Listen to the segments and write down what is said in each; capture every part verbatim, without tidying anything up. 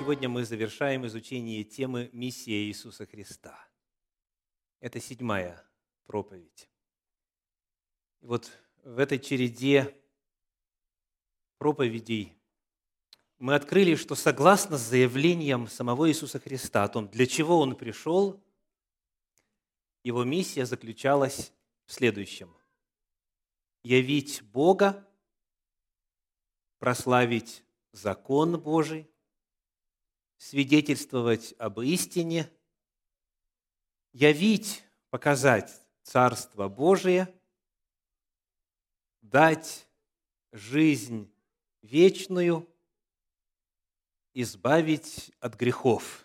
Сегодня мы завершаем изучение темы «Миссия Иисуса Христа». Это седьмая проповедь. И вот в этой череде проповедей мы открыли, что согласно заявлениям самого Иисуса Христа о том, для чего Он пришел, Его миссия заключалась в следующем: явить Бога, прославить закон Божий, свидетельствовать об истине, явить, показать Царство Божие, дать жизнь вечную, избавить от грехов.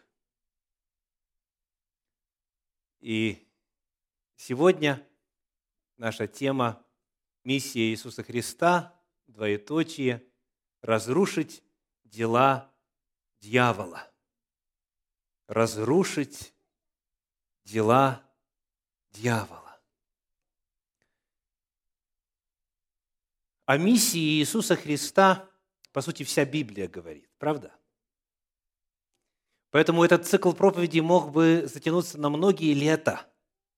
И сегодня наша тема «Миссия Иисуса Христа», двоеточие, разрушить дела дьявола. Разрушить дела дьявола. О миссии Иисуса Христа, по сути, вся Библия говорит, правда? Поэтому этот цикл проповедей мог бы затянуться на многие лета.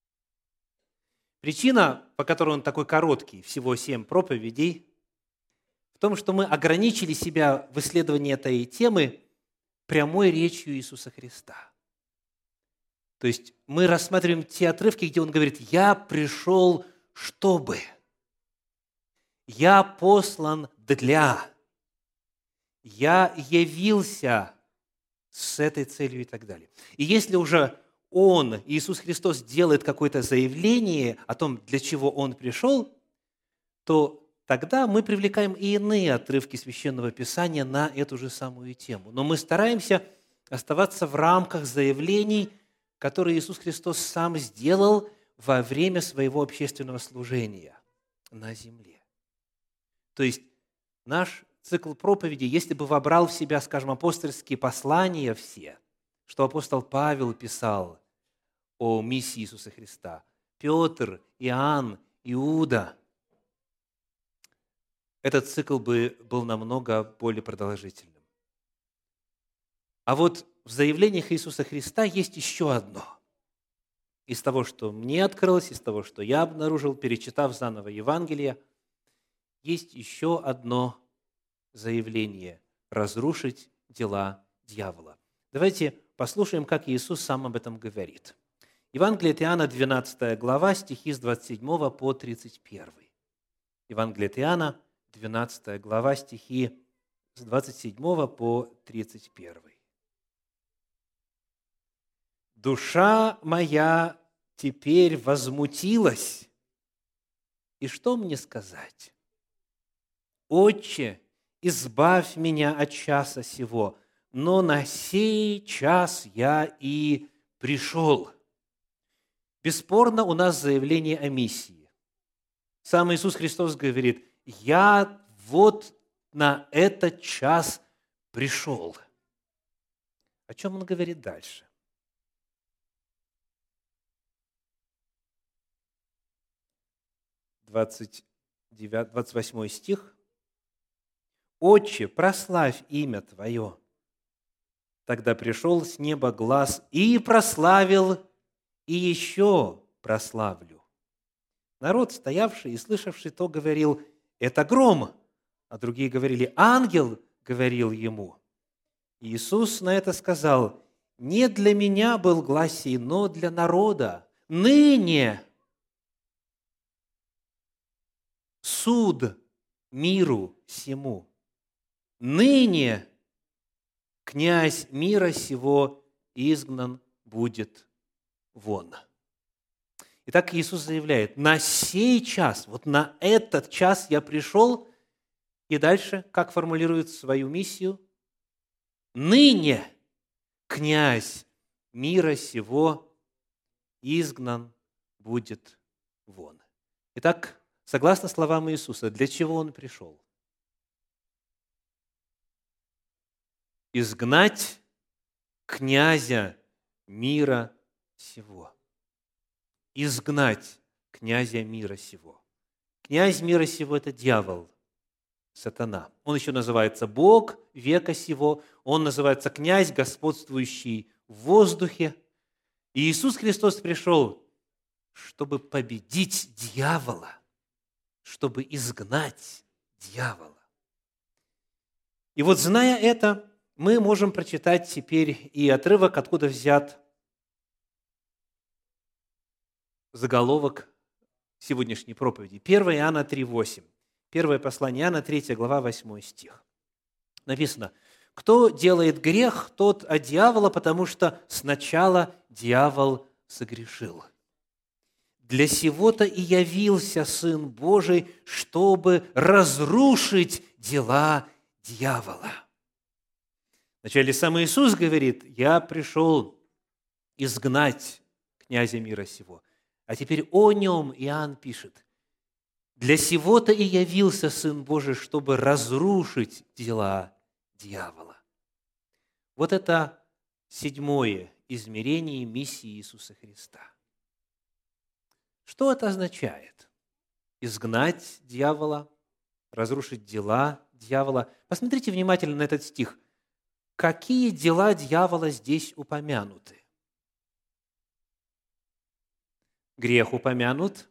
Причина, по которой он такой короткий, всего семь проповедей, в том, что мы ограничили себя в исследовании этой темы прямой речью Иисуса Христа. То есть мы рассматриваем те отрывки, где Он говорит: «Я пришел, чтобы», «Я послан для», «Я явился с этой целью» и так далее. И если уже Он, Иисус Христос, делает какое-то заявление о том, для чего Он пришел, то тогда мы привлекаем и иные отрывки Священного Писания на эту же самую тему. Но мы стараемся оставаться в рамках заявлений, которые Иисус Христос сам сделал во время своего общественного служения на земле. То есть наш цикл проповедей, если бы вобрал в себя, скажем, апостольские послания все, что апостол Павел писал о миссии Иисуса Христа, Петр, Иоанн, Иуда, этот цикл бы был намного более продолжительным. А вот в заявлениях Иисуса Христа есть еще одно. Из того, что мне открылось, из того, что я обнаружил, перечитав заново Евангелие, есть еще одно заявление – разрушить дела дьявола. Давайте послушаем, как Иисус сам об этом говорит. Евангелие от Иоанна, двенадцатая глава, стихи с двадцать седьмого по тридцать первый. Евангелие от Иоанна, двенадцатая глава, стихи с двадцать седьмого по тридцать первый. «Душа моя теперь возмутилась, и что мне сказать? Отче, избавь меня от часа сего, но на сей час я и пришел». Бесспорно, у нас заявление о миссии. Сам Иисус Христос говорит: «Я вот на этот час пришел». О чем Он говорит дальше? двадцать девятый, двадцать восьмой стих. «Отче, прославь имя Твое». Тогда пришел с неба глас: «И прославил, и еще прославлю». Народ, стоявший и слышавший то, говорил: «Это гром», а другие говорили: «Ангел говорил ему». Иисус на это сказал: «Не для меня был глас сей, но для народа. Ныне суд миру сему. Ныне князь мира сего изгнан будет вон». Итак, Иисус заявляет: на сей час, вот на этот час я пришел, и дальше, как формулирует свою миссию? Ныне князь мира сего изгнан будет вон. Итак, согласно словам Иисуса, для чего Он пришел? Изгнать князя мира сего. Изгнать князя мира сего. Князь мира сего – это дьявол. сатана. Он еще называется Бог века сего, он называется князь, господствующий в воздухе. И Иисус Христос пришел, чтобы победить дьявола, чтобы изгнать дьявола. И вот, зная это, мы можем прочитать теперь и отрывок, откуда взят заголовок сегодняшней проповеди. первое Иоанна три восемь. Первое послание Иоанна, третья глава, восьмой стих. Написано: «Кто делает грех, тот от дьявола, потому что сначала дьявол согрешил. Для сего-то и явился Сын Божий, чтобы разрушить дела дьявола». Вначале сам Иисус говорит: «Я пришел изгнать князя мира сего». А теперь о нем Иоанн пишет: «Для сего-то и явился Сын Божий, чтобы разрушить дела дьявола». Вот это седьмое измерение миссии Иисуса Христа. Что это означает? Изгнать дьявола, разрушить дела дьявола. Посмотрите внимательно на этот стих. Какие дела дьявола здесь упомянуты? Грех упомянут.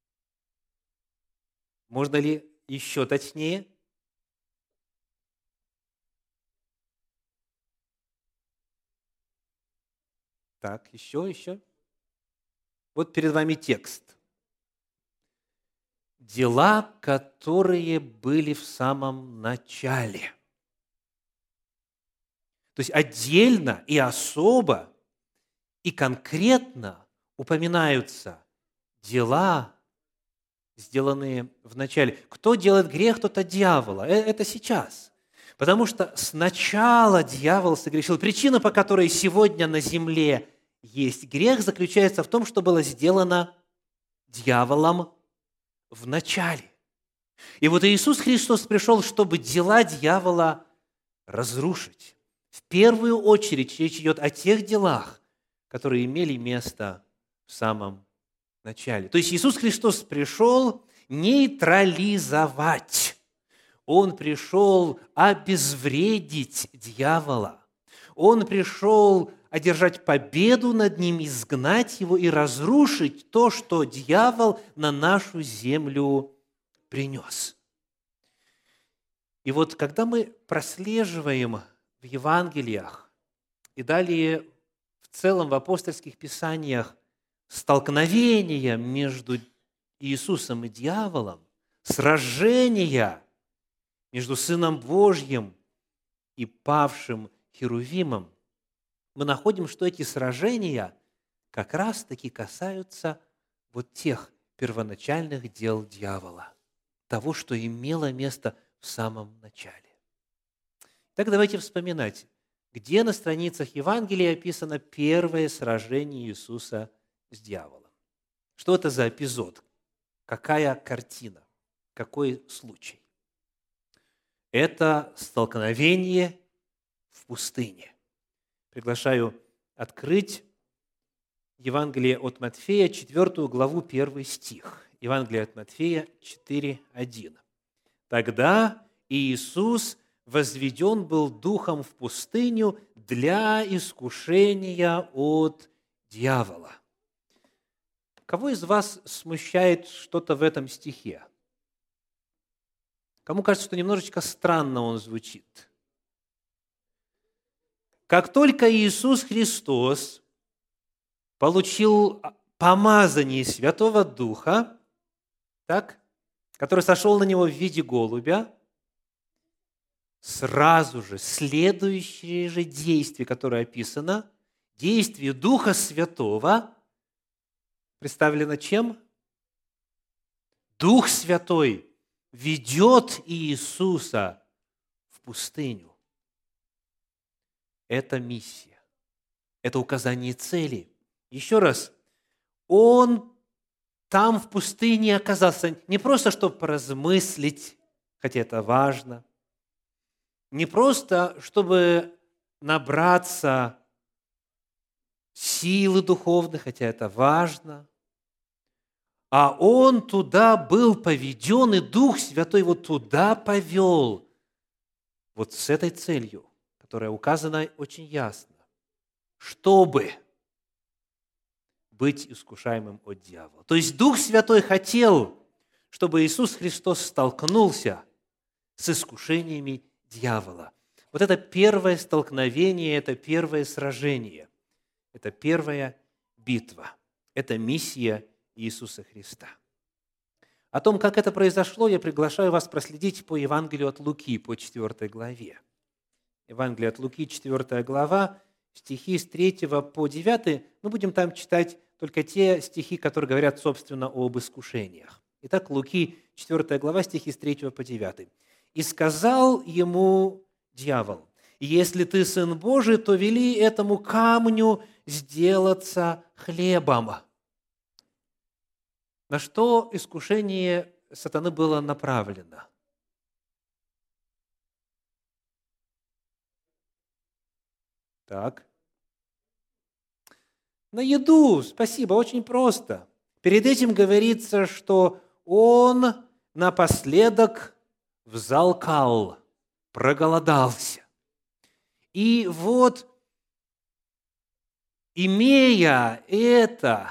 Можно ли еще точнее? Так, еще, еще. Вот перед вами текст. Дела, которые были в самом начале. То есть отдельно и особо и конкретно упоминаются дела, сделанные в начале. Кто делает грех, тот от дьявола. Это сейчас. Потому что сначала дьявол согрешил. Причина, по которой сегодня на земле есть грех, заключается в том, что было сделано дьяволом в начале. И вот Иисус Христос пришел, чтобы дела дьявола разрушить. В первую очередь речь идет о тех делах, которые имели место в самом начале. То есть Иисус Христос пришел нейтрализовать. Он пришел обезвредить дьявола. Он пришел одержать победу над ним, изгнать его и разрушить то, что дьявол на нашу землю принес. И вот когда мы прослеживаем в Евангелиях и далее в целом в апостольских писаниях столкновения между Иисусом и дьяволом, сражения между Сыном Божьим и павшим Херувимом, мы находим, что эти сражения как раз-таки касаются вот тех первоначальных дел дьявола, того, что имело место в самом начале. Так давайте вспоминать, где на страницах Евангелия описано первое сражение Иисуса с дьяволом. Что это за эпизод? Какая картина? Какой случай? Это столкновение в пустыне. Приглашаю открыть Евангелие от Матфея, четвёртую главу, первый стих. Евангелие от Матфея четыре один. «Тогда Иисус возведен был духом в пустыню для искушения от дьявола». Кого из вас смущает что-то в этом стихе? Кому кажется, что немножечко странно он звучит? Как только Иисус Христос получил помазание Святого Духа, так, который сошел на него в виде голубя, сразу же следующее же действие, которое описано, действие Духа Святого, представлено чем? Дух Святой ведет Иисуса в пустыню. Это миссия, это указание цели. Еще раз, Он там в пустыне оказался не просто, чтобы поразмыслить, хотя это важно, не просто, чтобы набраться силы духовных, хотя это важно, а он туда был поведен, и Дух Святой его туда повел. Вот с этой целью, которая указана очень ясно, чтобы быть искушаемым от дьявола. То есть Дух Святой хотел, чтобы Иисус Христос столкнулся с искушениями дьявола. Вот это первое столкновение, это первое сражение, это первая битва, это миссия Иисуса Христа. О том, как это произошло, я приглашаю вас проследить по Евангелию от Луки, по четвёртой главе. Евангелие от Луки, четвёртая глава, стихи с третьего по девятый. Мы будем там читать только те стихи, которые говорят, собственно, об искушениях. Итак, Луки, четвёртая глава, стихи с третьего по девятый. «И сказал ему дьявол: если ты Сын Божий, то вели этому камню сделаться хлебом». На что искушение сатаны было направлено? Так. На еду, спасибо, очень просто. Перед этим говорится, что он напоследок взалкал, проголодался. И вот, имея это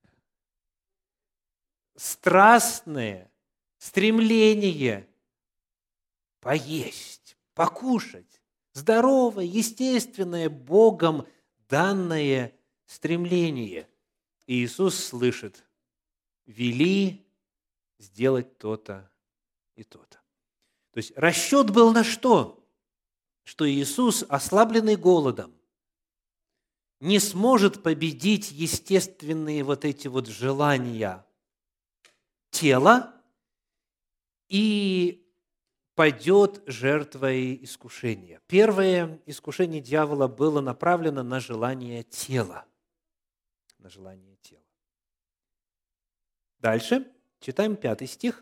страстное стремление поесть, покушать, здоровое, естественное, Богом данное стремление, Иисус слышит: «Вели сделать то-то и то-то». То есть расчет был на что? Что Иисус, ослабленный голодом, не сможет победить естественные вот эти вот желания тела и пойдет жертвой искушения. Первое искушение дьявола было направлено на желание тела. На желание тела. Дальше читаем пятый стих.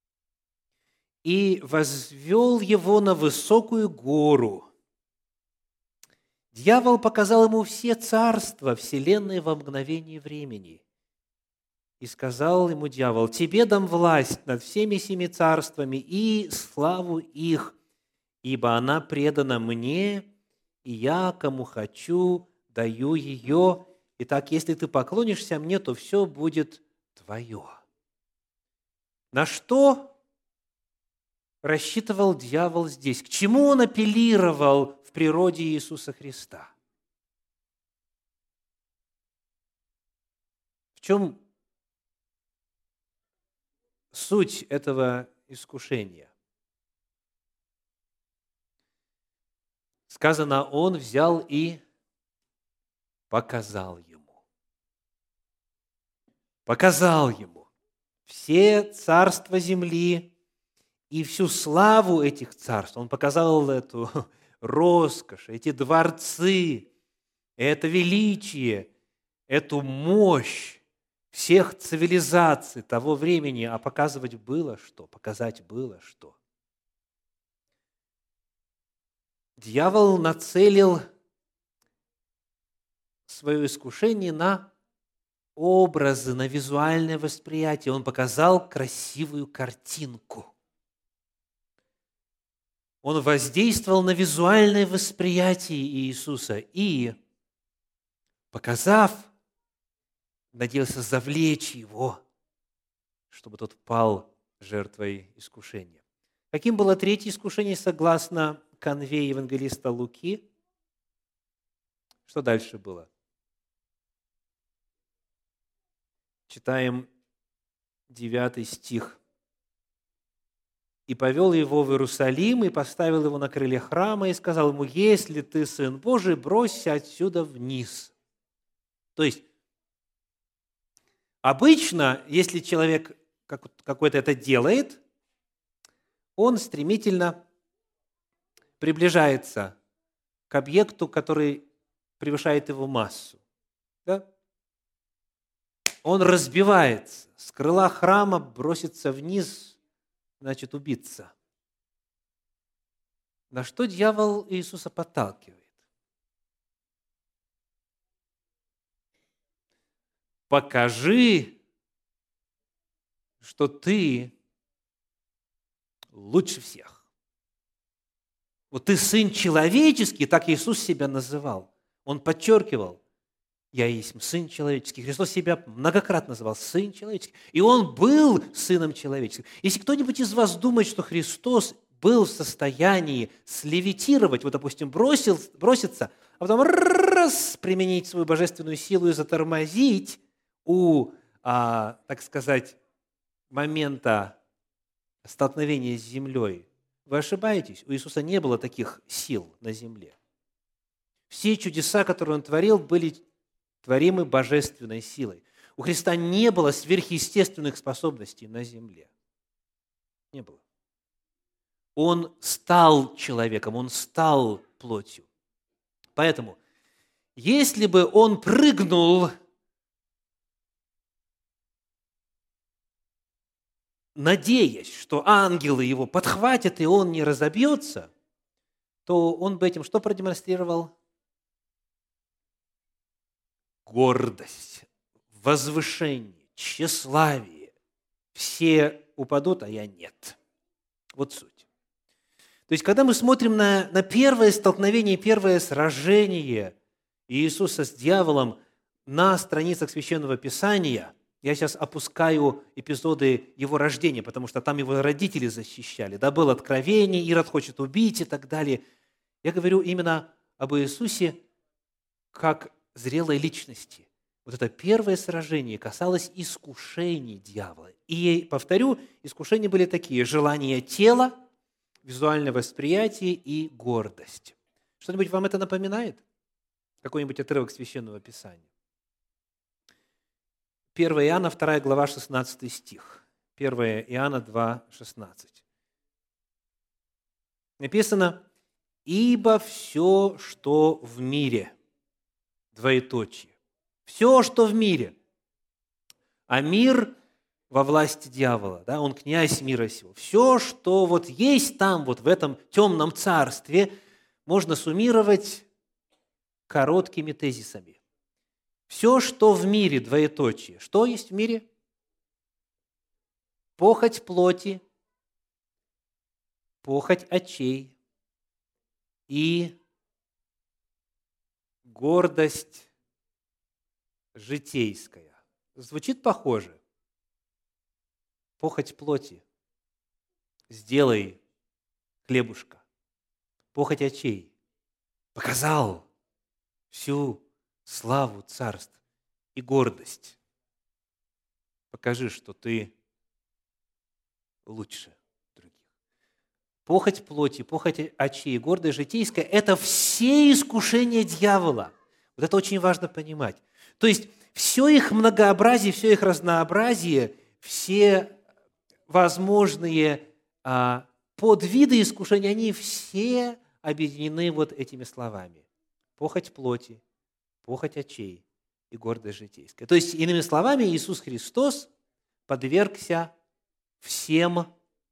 «И возвел его на высокую гору. Дьявол показал ему все царства вселенной во мгновение времени. И сказал ему дьявол: тебе дам власть над всеми семи царствами и славу их, ибо она предана мне, и я, кому хочу, даю ее. Итак, если ты поклонишься мне, то все будет твое». На что рассчитывал дьявол здесь? К чему он апеллировал в природе Иисуса Христа? В чем суть этого искушения? Сказано, он взял и показал ему. Показал ему все царства земли и всю славу этих царств. Он показал эту роскошь, эти дворцы, это величие, эту мощь всех цивилизаций того времени. А показывать было что? Показать было что? Дьявол нацелил свое искушение на образы, на визуальное восприятие. Он показал красивую картинку. Он воздействовал на визуальное восприятие Иисуса и, показав, надеялся завлечь его, чтобы тот пал жертвой искушения. Каким было третье искушение согласно канве евангелиста Луки? Что дальше было? Читаем девятый стих. «И повел его в Иерусалим, и поставил его на крыле храма, и сказал ему: если ты Сын Божий, бросься отсюда вниз». То есть, обычно, если человек какой-то это делает, он стремительно приближается к объекту, который превышает его массу. Да? Он разбивается, с крыла храма бросится вниз, значит, убиться. На что дьявол Иисуса подталкивает? – «Покажи, что ты лучше всех. Вот ты сын человеческий, так Иисус себя называл. Он подчеркивал: я есть сын человеческий. Христос себя многократно называл сын человеческий. И Он был сыном человеческим. Если кто-нибудь из вас думает, что Христос был в состоянии слевитировать, вот, допустим, бросил, броситься, а потом раз применить свою божественную силу и затормозить у, а, так сказать, момента столкновения с землей, вы ошибаетесь. У Иисуса не было таких сил на земле. Все чудеса, которые Он творил, были творимы божественной силой. У Христа не было сверхъестественных способностей на земле. Не было. Он стал человеком, Он стал плотью. Поэтому, если бы Он прыгнул, надеясь, что ангелы Его подхватят, и Он не разобьется, то Он бы этим что продемонстрировал? Гордость, возвышение, тщеславие. Все упадут, а я нет. Вот суть. То есть, когда мы смотрим на, на первое столкновение, первое сражение Иисуса с дьяволом на страницах Священного Писания, я сейчас опускаю эпизоды Его рождения, потому что там Его родители защищали. Да, было откровение, Ирод хочет убить и так далее. Я говорю именно об Иисусе как зрелой личности. Вот это первое сражение касалось искушений дьявола. И, повторю, искушения были такие: желание тела, визуальное восприятие и гордость. Что-нибудь вам это напоминает? Какой-нибудь отрывок Священного Писания? первое Иоанна, вторая глава, шестнадцатый стих. первое Иоанна два, шестнадцать. Написано: «Ибо все, что в мире, двоеточие, все, что в мире, а мир во власти дьявола, да, он князь мира сего. Все, что вот есть там, вот в этом темном царстве, можно суммировать короткими тезисами. Все, что в мире, двоеточие. Что есть в мире? Похоть плоти, похоть очей и гордость житейская». Звучит похоже. Похоть плоти. Сделай хлебушка. Похоть очей. Показал всю славу царств и гордость. Покажи, что ты лучше других. Похоть плоти, похоть очей, гордость житейская – это все искушения дьявола. Вот это очень важно понимать. То есть все их многообразие, все их разнообразие, все возможные а, подвиды искушений, они все объединены вот этими словами. Похоть плоти, похоть очей и гордость житейская. То есть, иными словами, Иисус Христос подвергся всем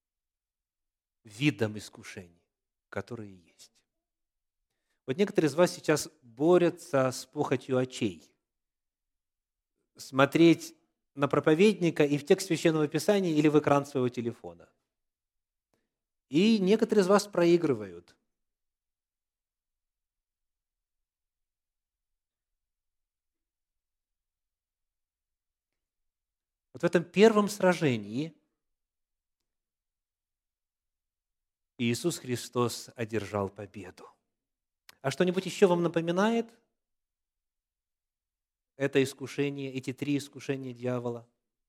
видам искушений, которые есть. Вот некоторые из вас сейчас борются с похотью очей. Смотреть на проповедника и в текст Священного Писания или в экран своего телефона. И некоторые из вас проигрывают. Вот в этом первом сражении Иисус Христос одержал победу. А что-нибудь еще вам напоминает это искушение, эти три искушения дьявола?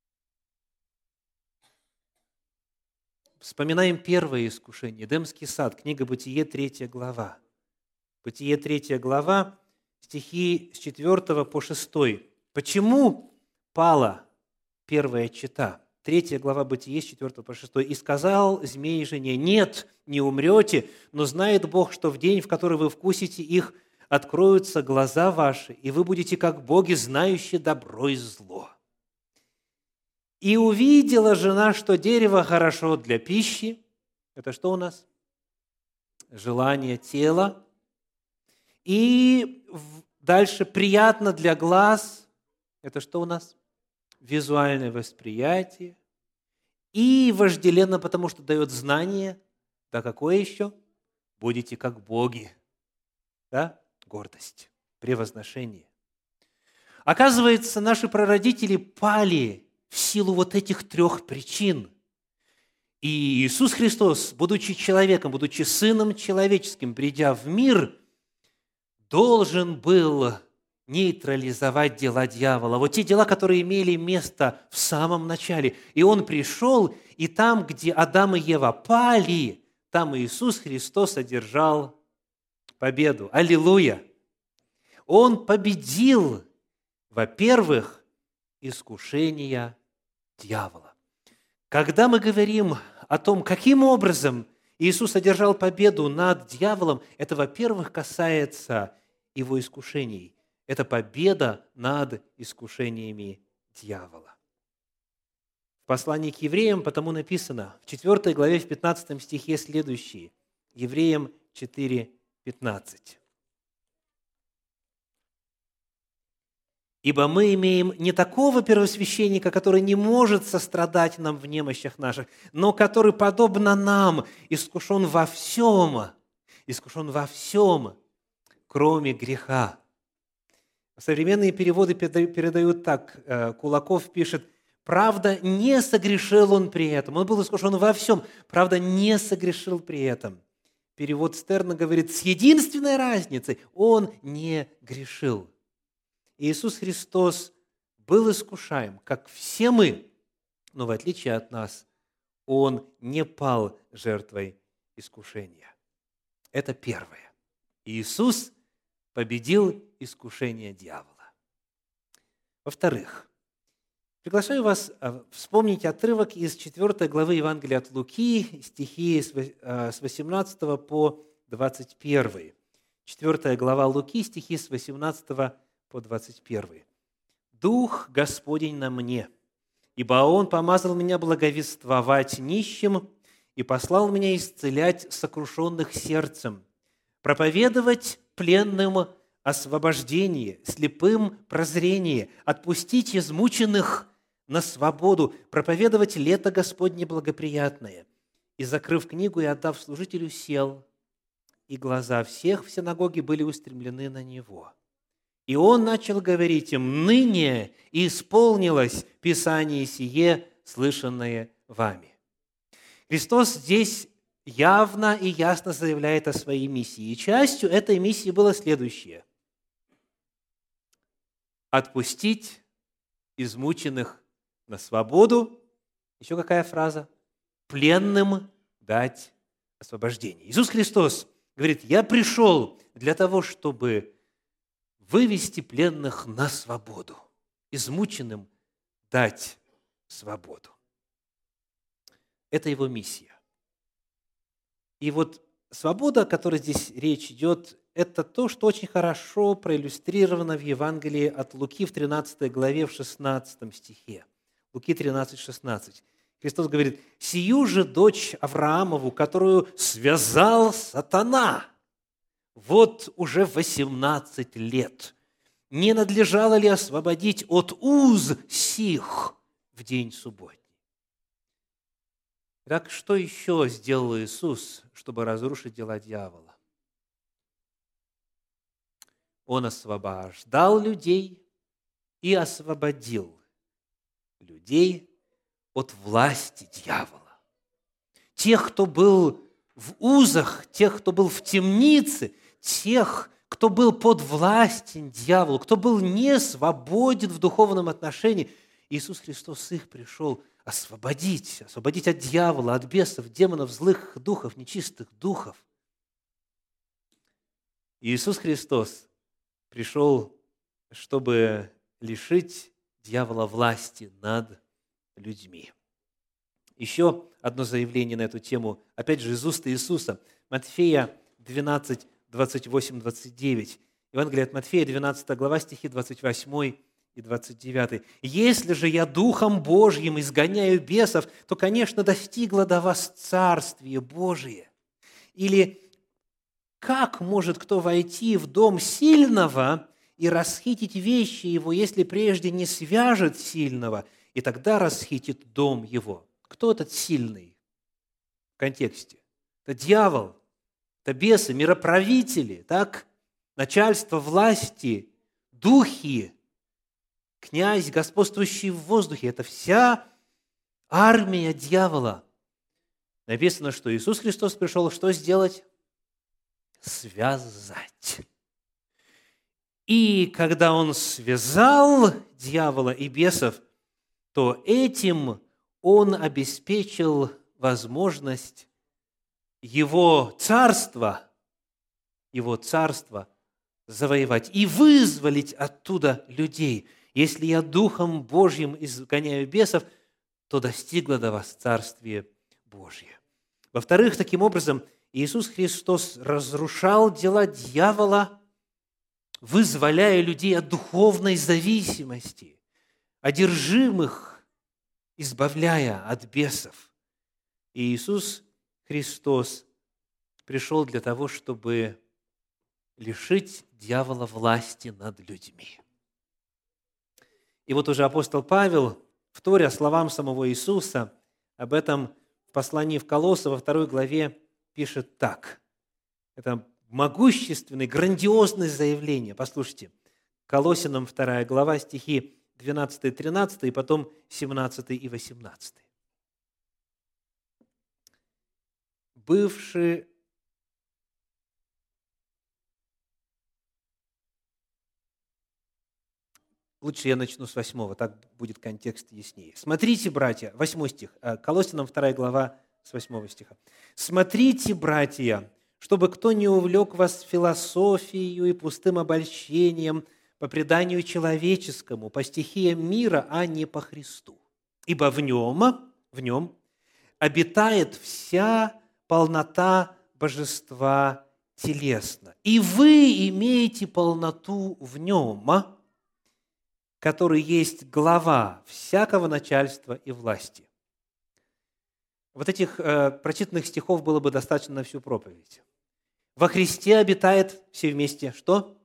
Вспоминаем первое искушение, Эдемский сад, книга Бытие, третья глава. Бытие, третья глава, стихи с четвёртого по шестой. Почему пала первая чета? Третья глава Бытие, с четвёртого по шестой. «И сказал змей жене: нет, не умрете, но знает Бог, что в день, в который вы вкусите их, откроются глаза ваши, и вы будете как боги, знающие добро и зло. И увидела жена, что дерево хорошо для пищи». Это что у нас? Желание тела. И дальше приятно для глаз. Это что у нас? Визуальное восприятие. и вожделенно, потому что дает знание. Да какое еще? Будете как боги. Да? Гордость, превозношение. Оказывается, наши прародители пали в силу вот этих трех причин. И Иисус Христос, будучи человеком, будучи Сыном Человеческим, придя в мир, должен был нейтрализовать дела дьявола. Вот те дела, которые имели место в самом начале. И Он пришел, и там, где Адам и Ева пали, там Иисус Христос одержал победу. Аллилуйя! Он победил, во-первых, искушения дьявола. Когда мы говорим о том, каким образом Иисус одержал победу над дьяволом, это, во-первых, касается его искушений. Это победа над искушениями дьявола. В послании к евреям потому написано в четвёртой главе, в пятнадцатом стихе следующие. Евреям четыре пятнадцать. «Ибо мы имеем не такого первосвященника, который не может сострадать нам в немощах наших, но который, подобно нам, искушен во всем, искушен во всем, кроме греха». Современные переводы передают так. Кулаков пишет: «Правда, не согрешил он при этом». Он был искушен во всем, правда, не согрешил при этом. Перевод Стерна говорит: с единственной разницей – он не грешил. Иисус Христос был искушаем, как все мы, но в отличие от нас, Он не пал жертвой искушения. Это первое. Иисус победил искушение дьявола. Во-вторых, приглашаю вас вспомнить отрывок из четвёртой главы Евангелия от Луки, стихи с восемнадцатого по двадцать первый. четвёртая глава Луки, стихи с восемнадцатого по двадцать первый. «Дух Господень на мне, ибо Он помазал меня благовествовать нищим и послал меня исцелять сокрушенных сердцем, проповедовать пленным освобождение, слепым прозрение, отпустить измученных на свободу, проповедовать лето Господне благоприятное». И, закрыв книгу и отдав служителю, сел, и глаза всех в синагоге были устремлены на Него. И Он начал говорить им: «Ныне исполнилось Писание сие, слышанное вами». Христос здесь явно и ясно заявляет о своей миссии. И частью этой миссии было следующее: отпустить измученных на свободу. Еще какая фраза? Пленным дать освобождение. Иисус Христос говорит: «Я пришел для того, чтобы вывести пленных на свободу, измученным дать свободу». Это Его миссия. И вот свобода, о которой здесь речь идет, это то, что очень хорошо проиллюстрировано в Евангелии от Луки в тринадцатой главе, в шестнадцатом стихе. Луки тринадцать, шестнадцать. Христос говорит: «Сию же дочь Авраамову, которую связал сатана, вот уже восемнадцать лет, не надлежало ли освободить от уз сих в день субботний?» Итак, что еще сделал Иисус, чтобы разрушить дела дьявола? Он освобождал людей и освободил людей от власти дьявола. Тех, кто был в узах, тех, кто был в темнице, тех, кто был под властью дьяволу, кто был не свободен в духовном отношении, Иисус Христос их пришел освободить, освободить от дьявола, от бесов, демонов, злых духов, нечистых духов. Иисус Христос пришел, чтобы лишить дьявола власти над людьми. Еще одно заявление на эту тему, опять же, из уст Иисуса. Матфея двенадцать, двадцать восемь, двадцать девять. Евангелие от Матфея, двенадцатая глава, стихи двадцать восемь и двадцать девять. «Если же я Духом Божьим изгоняю бесов, то, конечно, достигло до вас Царствие Божие». Или «Как может кто войти в дом сильного и расхитить вещи его, если прежде не свяжет сильного, и тогда расхитит дом его? Кто этот сильный в контексте? Это дьявол, это бесы, мироправители, так? Начальство власти, духи, князь, господствующий в воздухе. Это вся армия дьявола. Написано, что Иисус Христос пришел что сделать? Связать. И когда Он связал дьявола и бесов, то этим Он обеспечил возможность Его царства, Его царства завоевать и вызволить оттуда людей. Если я Духом Божьим изгоняю бесов, то достигло до вас Царствие Божье. Во-вторых, таким образом, Иисус Христос разрушал дела дьявола, вызволяя людей от духовной зависимости, одержимых, избавляя от бесов. И Иисус Христос пришел для того, чтобы лишить дьявола власти над людьми. И вот уже апостол Павел, вторя словам самого Иисуса, об этом в послании в Колоссов во второй главе пишет так. Это могущественное, грандиозное заявление. Послушайте, Колоссянам вторая глава, стихи двенадцатый-тринадцатый, и потом семнадцатый и восемнадцатый. Бывший Лучше я начну с восьмого, так будет контекст яснее. «Смотрите, братья», восьмой стих, Колоссянам вторая глава, с восьмого стиха. «Смотрите, братья, чтобы кто не увлек вас философией и пустым обольщением по преданию человеческому, по стихиям мира, а не по Христу. Ибо в нем, в нем обитает вся полнота божества телесно. И вы имеете полноту в нем, который есть глава всякого начальства и власти». Вот этих э, прочитанных стихов было бы достаточно на всю проповедь. Во Христе обитает все вместе что?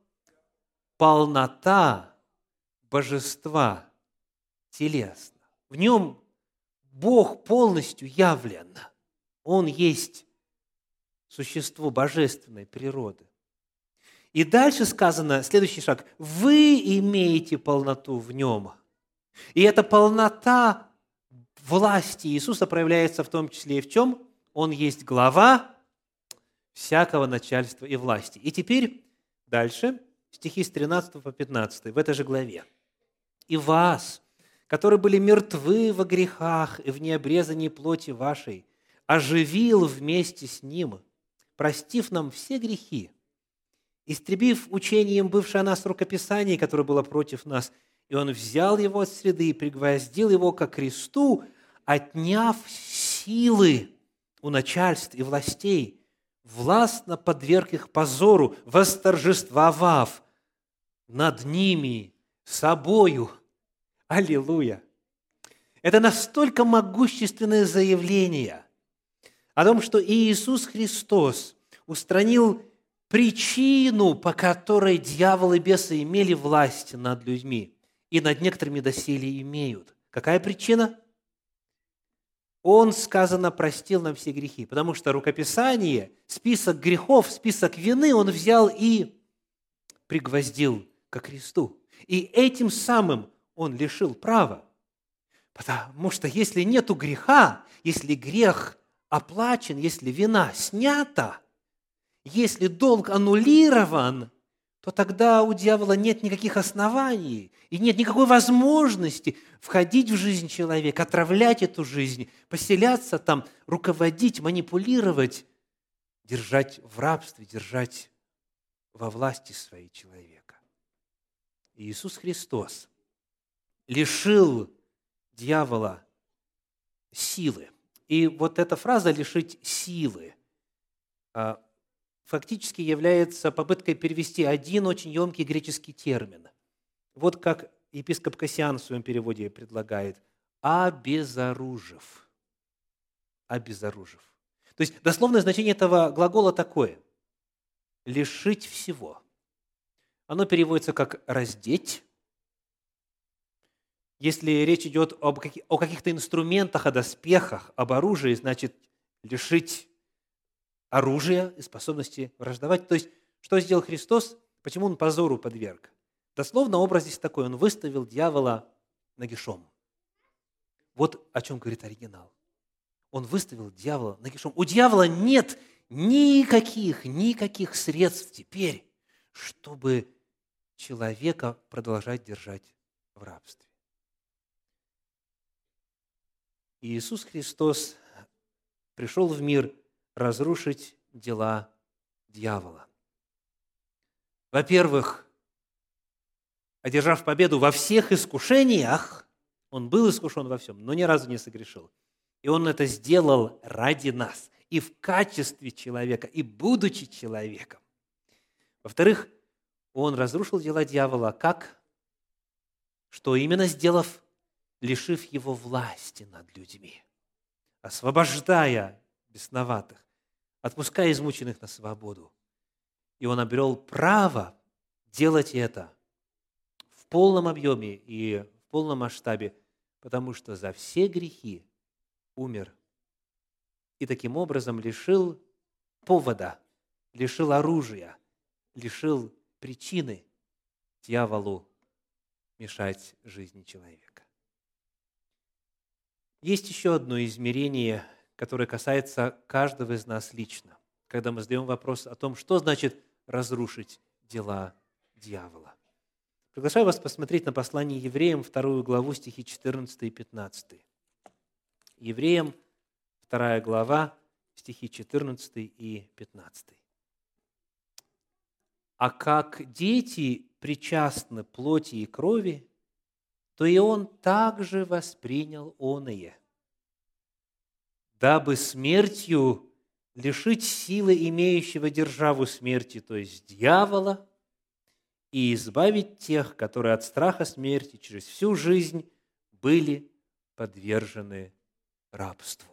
Полнота божества телесно. В нем Бог полностью явлен. Он есть существо божественной природы. И дальше сказано, следующий шаг, вы имеете полноту в нем. И эта полнота власти Иисуса проявляется в том числе и в чем? Он есть глава всякого начальства и власти. И теперь дальше, стихи с тринадцатого по пятнадцатый, в этой же главе. «И вас, которые были мертвы во грехах и в необрезании плоти вашей, оживил вместе с Ним, простив нам все грехи, истребив учением бывшее о нас рукописание, которое было против нас, и Он взял его от среды и пригвоздил его ко кресту, отняв силы у начальств и властей, властно подверг их позору, восторжествовав над ними собою». Аллилуйя! Это настолько могущественное заявление о том, что Иисус Христос устранил причину, по которой дьявол и бесы имели власть над людьми и над некоторыми доселе имеют. Какая причина? Он, сказано, простил нам все грехи, потому что рукописание, список грехов, список вины Он взял и пригвоздил ко кресту. И этим самым Он лишил права. Потому что если нету греха, если грех оплачен, если вина снята, если долг аннулирован, то тогда у дьявола нет никаких оснований и нет никакой возможности входить в жизнь человека, отравлять эту жизнь, поселяться там, руководить, манипулировать, держать в рабстве, держать во власти своей человека. И Иисус Христос лишил дьявола силы. И вот эта фраза «лишить силы» фактически является попыткой перевести один очень емкий греческий термин. Вот как епископ Кассиан в своем переводе предлагает «обезоружив». Обезоружив. То есть дословное значение этого глагола такое – лишить всего. Оно переводится как «раздеть», Если речь идет об каки- о каких-то инструментах, о доспехах, об оружии, значит, лишить оружия и способности враждовать. То есть, что сделал Христос? Почему Он позору подверг? Дословно образ здесь такой. Он выставил дьявола нагишом. Вот о чем говорит оригинал. Он выставил дьявола нагишом. У дьявола нет никаких, никаких средств теперь, чтобы человека продолжать держать в рабстве. И Иисус Христос пришел в мир разрушить дела дьявола. Во-первых, одержав победу во всех искушениях, Он был искушен во всем, но ни разу не согрешил. И Он это сделал ради нас, и в качестве человека, и будучи человеком. Во-вторых, Он разрушил дела дьявола, как? Что именно сделав, лишив его власти над людьми, освобождая бесноватых, отпуская измученных на свободу. И Он обрел право делать это в полном объеме и в полном масштабе, потому что за все грехи умер. И таким образом лишил повода, лишил оружия, лишил причины дьяволу мешать жизни человека. Есть еще одно измерение, которое касается каждого из нас лично, когда мы задаем вопрос о том, что значит разрушить дела дьявола. Приглашаю вас посмотреть на послание Евреям, вторую главу, стихи четырнадцатый и пятнадцатый. Евреям, вторая глава, стихи четырнадцатый и пятнадцатый. «А как дети причастны плоти и крови, то и Он также воспринял оное, дабы смертью лишить силы имеющего державу смерти, то есть дьявола, и избавить тех, которые от страха смерти через всю жизнь были подвержены рабству».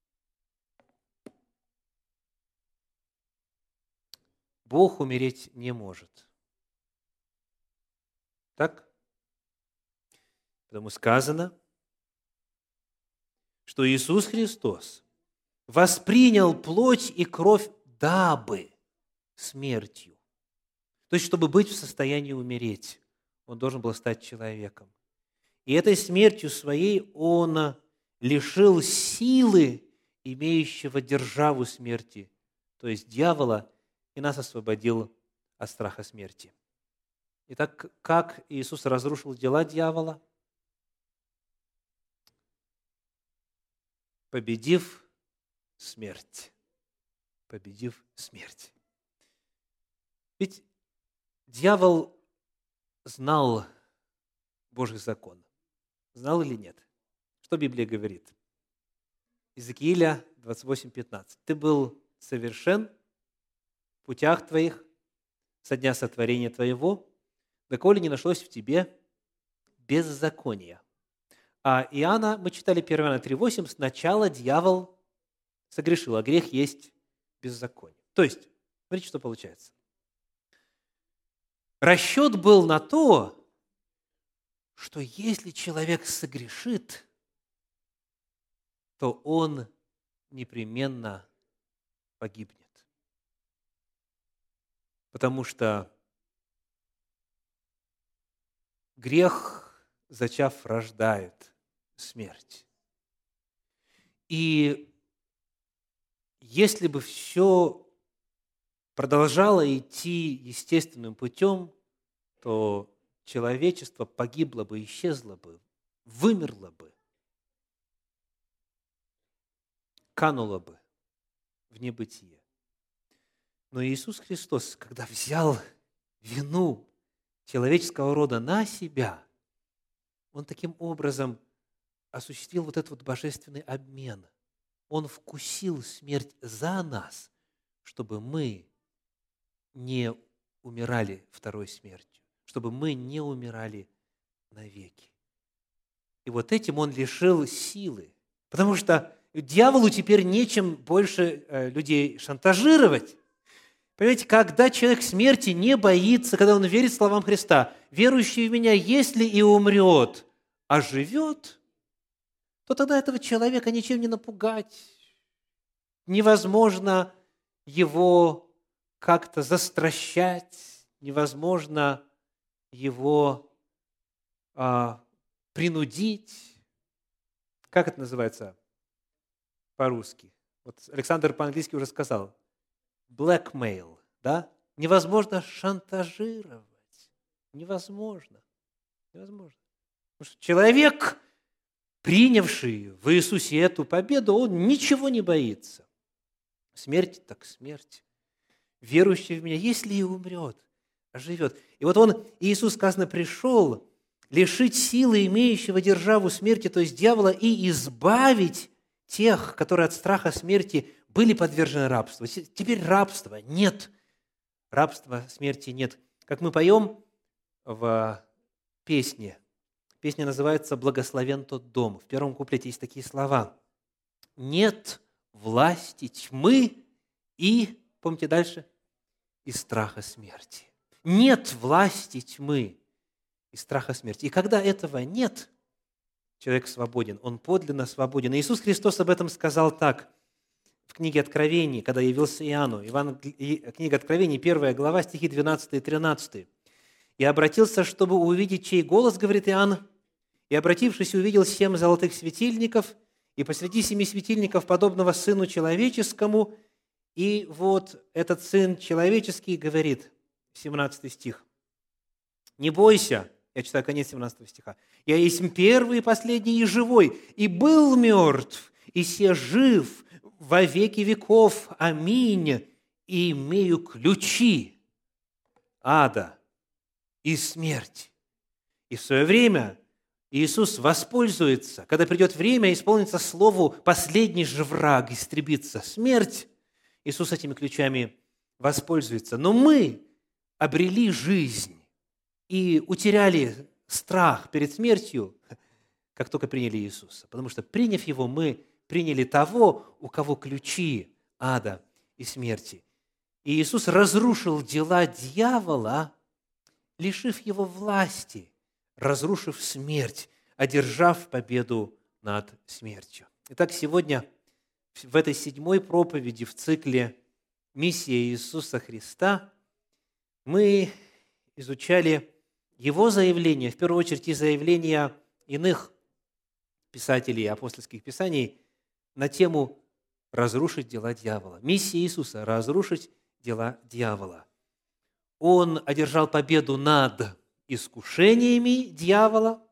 Бог умереть не может. Так? Потому сказано, что Иисус Христос воспринял плоть и кровь дабы смертью. То есть, чтобы быть в состоянии умереть, Он должен был стать человеком. И этой смертью своей Он лишил силы, имеющего державу смерти, то есть дьявола, и нас освободил от страха смерти. Итак, как Иисус разрушил дела дьявола? Победив смерть. Победив смерть. Ведь дьявол знал Божий закон. Знал или нет? Что Библия говорит? Иезекииля двадцать восемь пятнадцать. «Ты был совершен в путях твоих со дня сотворения твоего, доколе не нашлось в тебе беззакония». А Иоанна, мы читали первое Иоанна три восемь, сначала дьявол согрешил, а грех есть беззаконие. То есть, смотрите, что получается. Расчет был на то, что если человек согрешит, то он непременно погибнет. Потому что грех, зачав, рождает смерть. И если бы все продолжало идти естественным путем, то человечество погибло бы, исчезло бы, вымерло бы, кануло бы в небытие. Но Иисус Христос, когда взял вину человеческого рода на себя, Он таким образом осуществил вот этот вот божественный обмен. Он вкусил смерть за нас, чтобы мы не умирали второй смертью, чтобы мы не умирали навеки. И вот этим Он лишил силы, потому что дьяволу теперь нечем больше людей шантажировать. Понимаете, когда человек смерти не боится, когда он верит словам Христа, верующий в Меня, если и умрет, оживет, то тогда этого человека ничем не напугать. Невозможно его как-то застращать, невозможно его а, принудить. Как это называется по-русски? Вот Александр по-английски уже сказал. Blackmail, да? Невозможно шантажировать. Невозможно. Невозможно. Потому что человек, принявший в Иисусе эту победу, он ничего не боится. Смерть так смерть. Верующий в Меня, если и умрет, оживет. И вот Он, Иисус, сказано, пришел лишить силы имеющего державу смерти, то есть дьявола, и избавить тех, которые от страха смерти были подвержены рабству. Теперь рабства нет. Рабства смерти нет. Как мы поем в песне. Песня называется «Благословен тот дом». В первом куплете есть такие слова. «Нет власти тьмы и...» Помните дальше? «И страха смерти». Нет власти тьмы и страха смерти. И когда этого нет, человек свободен, он подлинно свободен. И Иисус Христос об этом сказал так в книге Откровений, когда явился Иоанну. Иван, книга Откровений, первая глава, стихи двенадцатый и тринадцатый. «И обратился, чтобы увидеть, чей голос, говорит Иоанн, и, обратившись, увидел семь золотых светильников, и посреди семи светильников, подобного Сыну Человеческому, и вот этот Сын Человеческий говорит, семнадцатый стих, «Не бойся», я читаю конец семнадцатого стиха, «Я есть первый и последний и живой, и был мертв, и се жив во веки веков. Аминь. И имею ключи ада и смерти». И в свое время Иисус воспользуется, когда придет время, исполнится слову «последний же враг истребится» – смерть. Иисус этими ключами воспользуется. Но мы обрели жизнь и утеряли страх перед смертью, как только приняли Иисуса. Потому что, приняв Его, мы приняли того, у кого ключи ада и смерти. И Иисус разрушил дела дьявола, лишив его власти, разрушив смерть, одержав победу над смертью. Итак, сегодня в этой седьмой проповеди в цикле «Миссия Иисуса Христа» мы изучали Его заявления, в первую очередь и заявления иных писателей апостольских писаний на тему «разрушить дела дьявола». Миссия Иисуса – разрушить дела дьявола. Он одержал победу над искушениями дьявола,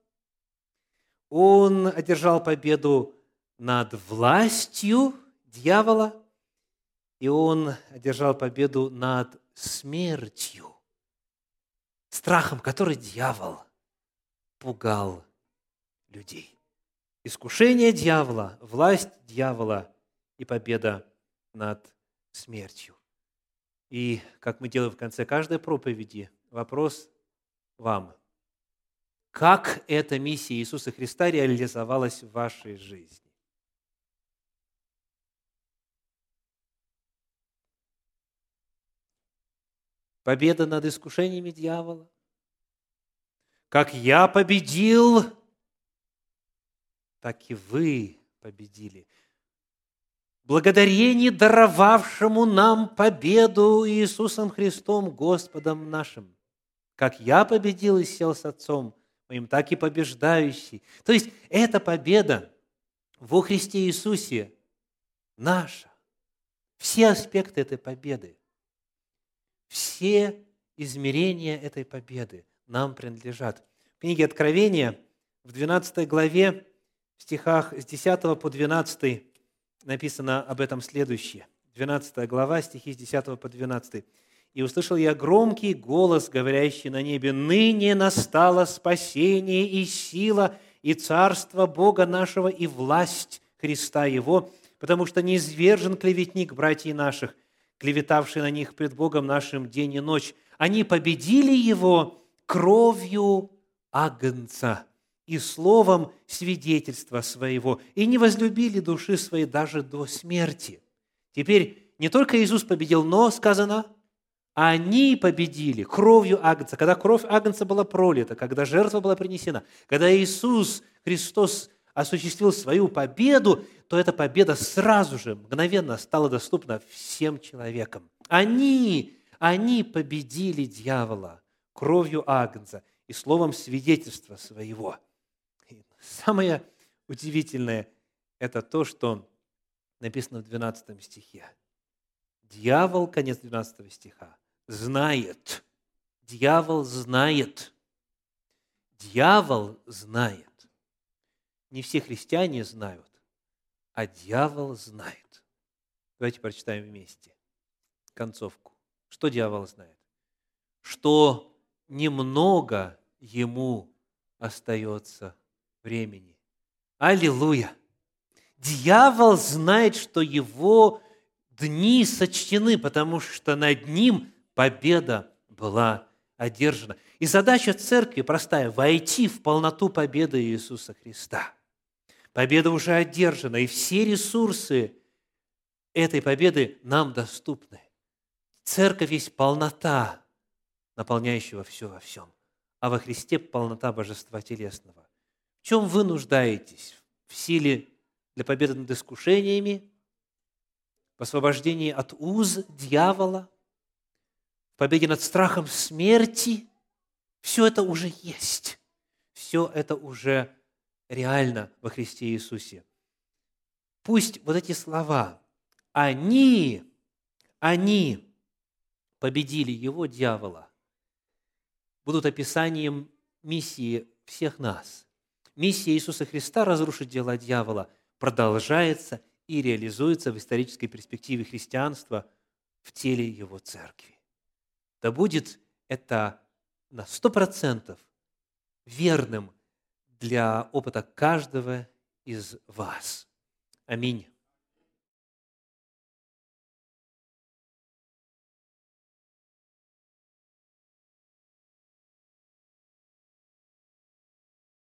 Он одержал победу над властью дьявола, и Он одержал победу над смертью, страхом, который дьявол пугал людей. Искушение дьявола, власть дьявола и победа над смертью. И, как мы делаем в конце каждой проповеди, вопрос вам. Как эта миссия Иисуса Христа реализовалась в вашей жизни? Победа над искушениями дьявола. Как я победил, так и вы победили. Благодарение даровавшему нам победу Иисусом Христом, Господом нашим. Как я победил и сел с Отцом моим, так и побеждающий. То есть, эта победа во Христе Иисусе наша. Все аспекты этой победы, все измерения этой победы нам принадлежат. В книге Откровения, в двенадцатой главе, в стихах с десятого по двенадцатый, написано об этом следующее. двенадцатая глава, стихи с десятого по двенадцатый. «И услышал я громкий голос, говорящий на небе: ныне настало спасение и сила, и царство Бога нашего, и власть Христа Его, потому что низвержен клеветник братьев наших, клеветавший на них пред Богом нашим день и ночь. Они победили Его кровью Агнца и словом свидетельства своего, и не возлюбили души своей даже до смерти». Теперь не только Иисус победил, но, сказано, Они победили кровью Агнца. Когда кровь Агнца была пролита, когда жертва была принесена, когда Иисус Христос осуществил свою победу, то эта победа сразу же, мгновенно стала доступна всем человекам. Они, они победили дьявола кровью Агнца и словом свидетельства своего. И самое удивительное – это то, что написано в двенадцатом стихе. Дьявол, конец двенадцатого стиха, знает. Дьявол знает. Дьявол знает. Не все христиане знают, а дьявол знает. Давайте прочитаем вместе концовку. Что дьявол знает? Что немного ему остается времени. Аллилуйя! Дьявол знает, что его дни сочтены, потому что над ним победа была одержана. И задача церкви простая – войти в полноту победы Иисуса Христа. Победа уже одержана, и все ресурсы этой победы нам доступны. Церковь есть полнота, наполняющего все во всем, а во Христе полнота божества телесного. В чем вы нуждаетесь? В силе для победы над искушениями, в освобождении от уз дьявола, в победе над страхом смерти. Все это уже есть. Все это уже реально во Христе Иисусе. Пусть вот эти слова, они, они победили его, дьявола, будут описанием миссии всех нас. Миссия Иисуса Христа разрушить дела дьявола продолжается и реализуется в исторической перспективе христианства в теле Его Церкви. Да будет это на сто процентов верным для опыта каждого из вас. Аминь.